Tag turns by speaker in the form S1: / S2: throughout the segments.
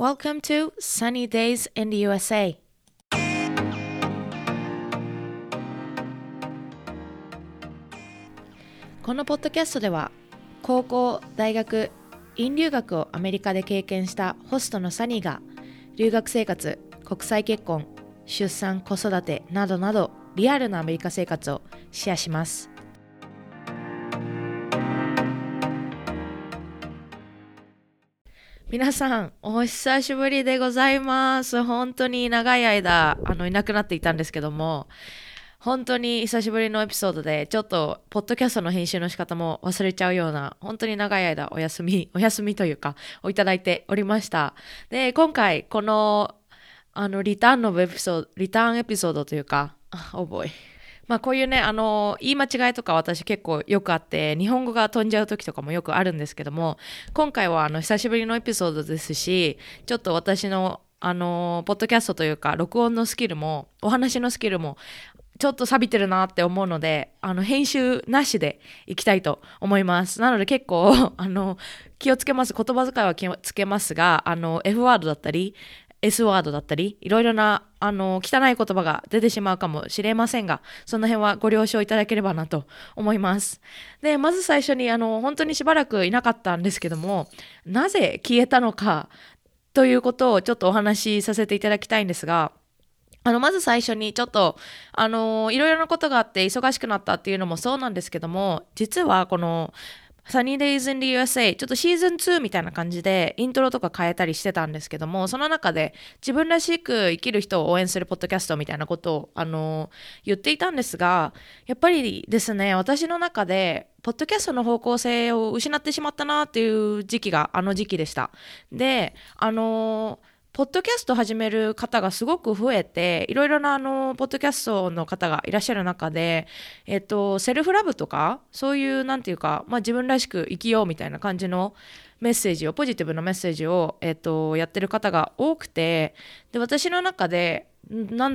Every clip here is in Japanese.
S1: Welcome to Sunny Days in the USA. このポッドキャストでは高校、大学、院留学をアメリカで経験したホストのサニーが留学生活、国際結婚、出産、子育てなどなどリアルなアメリカ生活をシェアします。皆さんお久しぶりでございます。本当に長い間いなくなっていたんですけども、本当に久しぶりのエピソードでちょっとポッドキャストの編集の仕方も忘れちゃうような、本当に長い間お休みというかをいただいておりました。で、今回このリターンエピソードというか、こういうね、言い間違いとか私結構よくあって、日本語が飛んじゃう時とかもよくあるんですけども、今回は久しぶりのエピソードですし、ちょっと私のポッドキャストというか、録音のスキルも、お話のスキルも、ちょっと錆びてるなって思うので、編集なしでいきたいと思います。なので結構、気をつけます。言葉遣いは気をつけますが、F ワードだったり、S ワードだったり、いろいろな汚い言葉が出てしまうかもしれませんが、その辺はご了承いただければなと思います。で、まず最初に本当にしばらくいなかったんですけども、なぜ消えたのかということをちょっとお話しさせていただきたいんですが、まず最初にちょっといろいろなことがあって忙しくなったっていうのもそうなんですけども、実はこのSunny Days in the USA ちょっとシーズン2みたいな感じでイントロとか変えたりしてたんですけども、その中で自分らしく生きる人を応援するポッドキャストみたいなことを言っていたんですが、やっぱりですね、私の中でポッドキャストの方向性を失ってしまったなっていう時期が時期でした。で、ポッドキャスト始める方がすごく増えて、いろいろなポッドキャストの方がいらっしゃる中で、セルフラブとか、そういうなんていうか、自分らしく生きようみたいな感じのメッセージを、ポジティブなメッセージを、やってる方が多くて、で、私の中で、面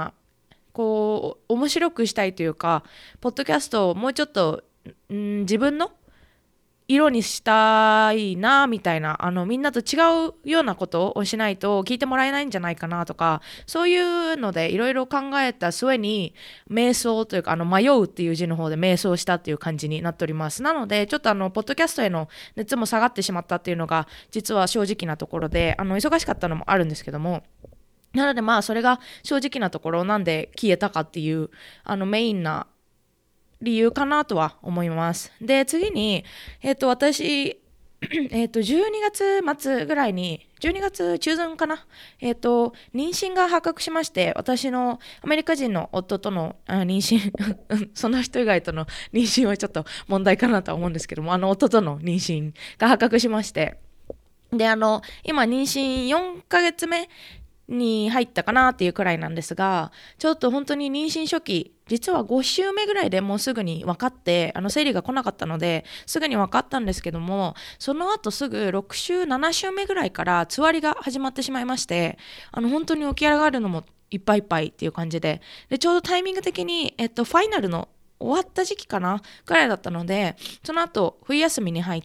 S1: 白くしたいというか、ポッドキャストをもうちょっと、自分の色にしたいなみたいな、みんなと違うようなことをしないと聞いてもらえないんじゃないかなとか、そういうのでいろいろ考えた末に瞑想というか迷うっていう字の方で瞑想したっていう感じになっております。なのでちょっとポッドキャストへの熱も下がってしまったっていうのが実は正直なところで、忙しかったのもあるんですけども、なのでそれが正直なところ、なんで消えたかっていうメインな理由かなとは思います。で、次に、私、12月末ぐらいに、12月中旬かな、妊娠が発覚しまして、私のアメリカ人の夫との妊娠その人以外との妊娠はちょっと問題かなとは思うんですけども、夫との妊娠が発覚しまして、で、今妊娠4ヶ月目に入ったかなっていうくらいなんですが、ちょっと本当に妊娠初期、実は5週目ぐらいでもうすぐに分かって、生理が来なかったのですぐに分かったんですけども、その後すぐ6週7週目ぐらいからつわりが始まってしまいまして、本当に起き上がるのもいっぱいいっぱいっていう感じで、ちょうどタイミング的にファイナルの終わった時期かなぐらいだったので、その後冬休みに入って、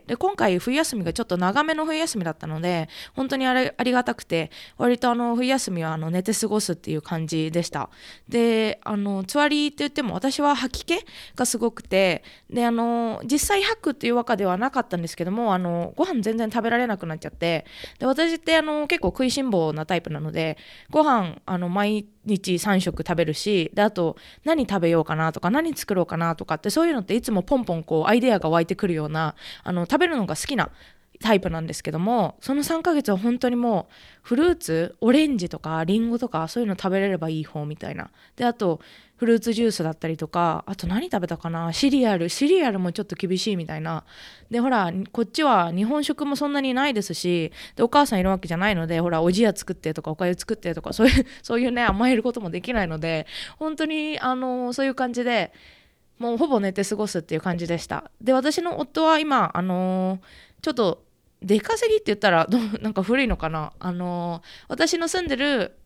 S1: で今回冬休みがちょっと長めの冬休みだったので、本当にありがたくて、割と冬休みは寝て過ごすっていう感じでした。で、つわりって言っても私は吐き気がすごくて、で実際吐くっていうわけではなかったんですけども、ご飯全然食べられなくなっちゃって、で私って結構食いしん坊なタイプなので、ご飯毎日3食食べるし、であと何食べようかなとか何作ろうかなとかって、そういうのっていつもポンポンアイデアが湧いてくるような食べるのが好きなタイプなんですけども、その3ヶ月は本当にもうフルーツ、オレンジとかリンゴとかそういうの食べれればいい方みたいな。であとフルーツジュースだったりとか、あと何食べたかな、シリアルもちょっと厳しいみたいな。でほらこっちは日本食もそんなにないですし、でお母さんいるわけじゃないので、ほらおじや作ってとかおかゆ作ってとかそういうね甘えることもできないので、本当にそういう感じでもうほぼ寝て過ごすっていう感じでした。で私の夫は今ちょっと出稼ぎって言ったらなんか古いのかな、私の住んでる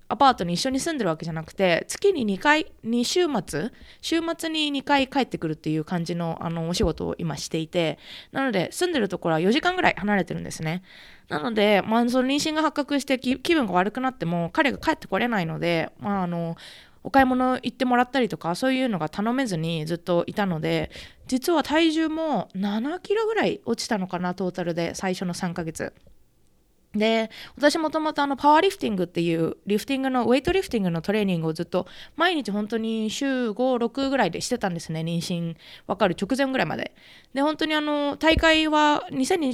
S1: アパートに一緒に住んでるわけじゃなくて、月に2回、週末に2回帰ってくるっていう感じの、お仕事を今していて、なので住んでるところは4時間ぐらい離れてるんですね。なので、その妊娠が発覚して気分が悪くなっても彼が帰ってこれないので、お買い物行ってもらったりとかそういうのが頼めずにずっといたので、実は体重も7キロぐらい落ちたのかな、トータルで最初の3ヶ月で。私もともとパワーリフティングっていうリフティングのウェイトリフティングのトレーニングをずっと毎日本当に週5、6ぐらいでしてたんですね。妊娠分かる直前ぐらいまで。で、本当に大会は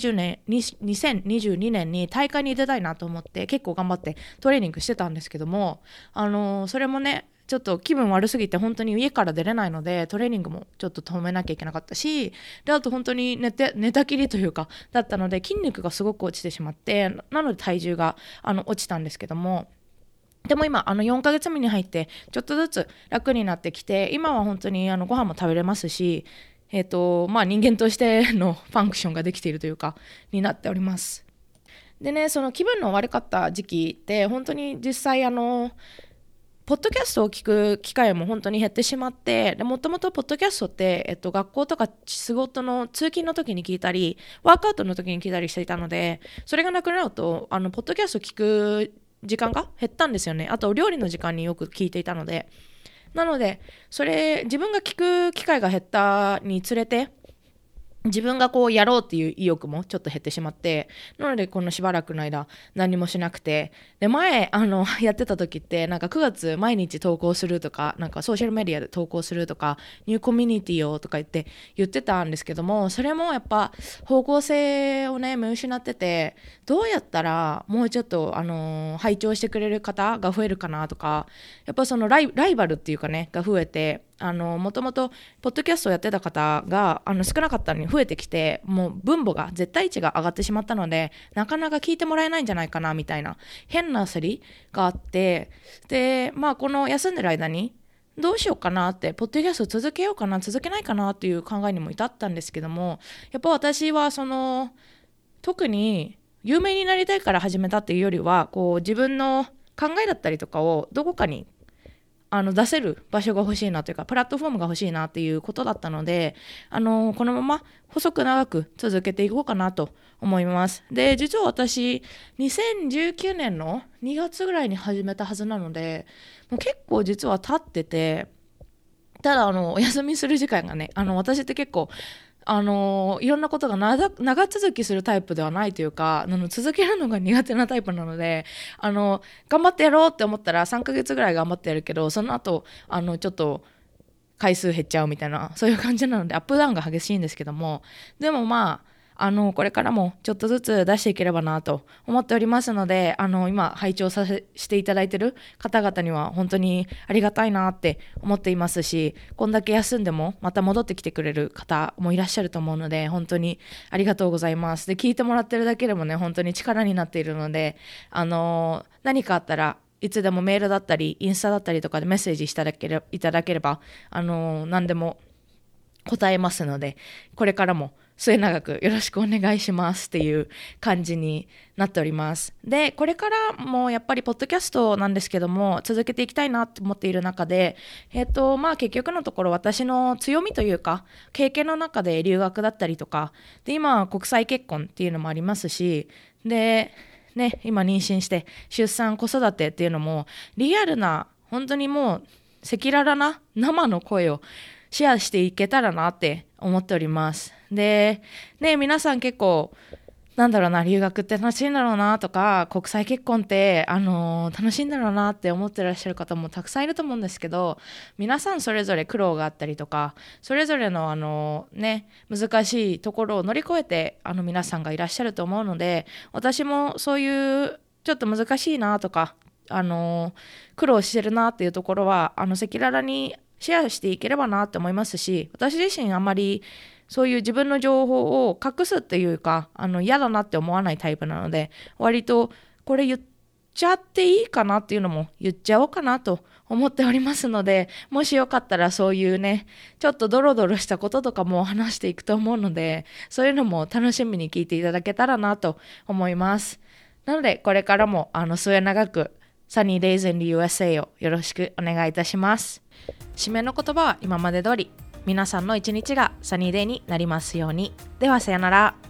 S1: 2022年に大会に出たいなと思って結構頑張ってトレーニングしてたんですけども、それもね、ちょっと気分悪すぎて本当に家から出れないのでトレーニングもちょっと止めなきゃいけなかったし、であと本当に寝たきりというかだったので筋肉がすごく落ちてしまって、なので体重が落ちたんですけども、でも今4ヶ月目に入ってちょっとずつ楽になってきて、今は本当にご飯も食べれますし、人間としてのファンクションができているというかになっております。でね、その気分の悪かった時期って本当に実際ポッドキャストを聞く機会も本当に減ってしまって、もともとポッドキャストって、学校とか仕事の通勤の時に聞いたりワークアウトの時に聞いたりしていたので、それがなくなるとポッドキャスト聞く時間が減ったんですよね。あと料理の時間によく聞いていたので、なので自分が聞く機会が減ったにつれて自分がこうやろうっていう意欲もちょっと減ってしまって、なのでこのしばらくの間何もしなくて、で前やってた時ってなんか9月毎日投稿するとか、なんかソーシャルメディアで投稿するとか、ニューコミュニティをとか言ってたんですけども、それもやっぱ方向性をね見失ってて、どうやったらもうちょっと拝聴してくれる方が増えるかなとか、やっぱそのライバルっていうかねが増えて、もともとポッドキャストをやってた方が少なかったのに増えてきて、もう分母が絶対値が上がってしまったので、なかなか聞いてもらえないんじゃないかなみたいな変な焦りがあって、でこの休んでる間にどうしようかなって、ポッドキャスト続けようかな続けないかなっていう考えにも至ったんですけども、やっぱ私は特に有名になりたいから始めたっていうよりは、こう自分の考えだったりとかをどこかに出せる場所が欲しいなというか、プラットフォームが欲しいなっていうことだったので、このまま細く長く続けていこうかなと思います。で、実は私2019年の2月ぐらいに始めたはずなので、もう結構実は経ってて、ただお休みする時間がね、私って結構いろんなことが長続きするタイプではないというか、続けるのが苦手なタイプなので、頑張ってやろうって思ったら3ヶ月ぐらい頑張ってやるけど、その後ちょっと回数減っちゃうみたいな、そういう感じなのでアップダウンが激しいんですけども、でもこれからもちょっとずつ出していければなと思っておりますので、今拝聴していただいている方々には本当にありがたいなって思っていますし、こんだけ休んでもまた戻ってきてくれる方もいらっしゃると思うので、本当にありがとうございます。で、聞いてもらってるだけでもね本当に力になっているので、何かあったらいつでもメールだったりインスタだったりとかでメッセージいただければ何でも答えますので、これからも末永くよろしくお願いしますっていう感じになっております。で、これからもやっぱりポッドキャストなんですけども続けていきたいなと思っている中で、結局のところ私の強みというか経験の中で留学だったりとかで、今は国際結婚っていうのもありますし、でね、今妊娠して出産子育てっていうのもリアルな本当にもう赤裸々な生の声をシェアしていけたらなって思っております。で、ね、皆さん結構留学って楽しいんだろうなとか、国際結婚って楽しいんだろうなって思ってらっしゃる方もたくさんいると思うんですけど、皆さんそれぞれ苦労があったりとか、それぞれの難しいところを乗り越えて皆さんがいらっしゃると思うので、私もそういうちょっと難しいなとか苦労してるなっていうところは赤裸々にシェアしていければなって思いますし、私自身あんまりそういう自分の情報を隠すっていうか嫌だなって思わないタイプなので、割とこれ言っちゃっていいかなっていうのも言っちゃおうかなと思っておりますので、もしよかったらそういうねちょっとドロドロしたこととかも話していくと思うので、そういうのも楽しみに聞いていただけたらなと思います。なのでこれからも末永く Sunny Days in the USA をよろしくお願いいたします。締めの言葉は今まで通り、皆さんの一日がサニーデイになりますように。ではさよなら。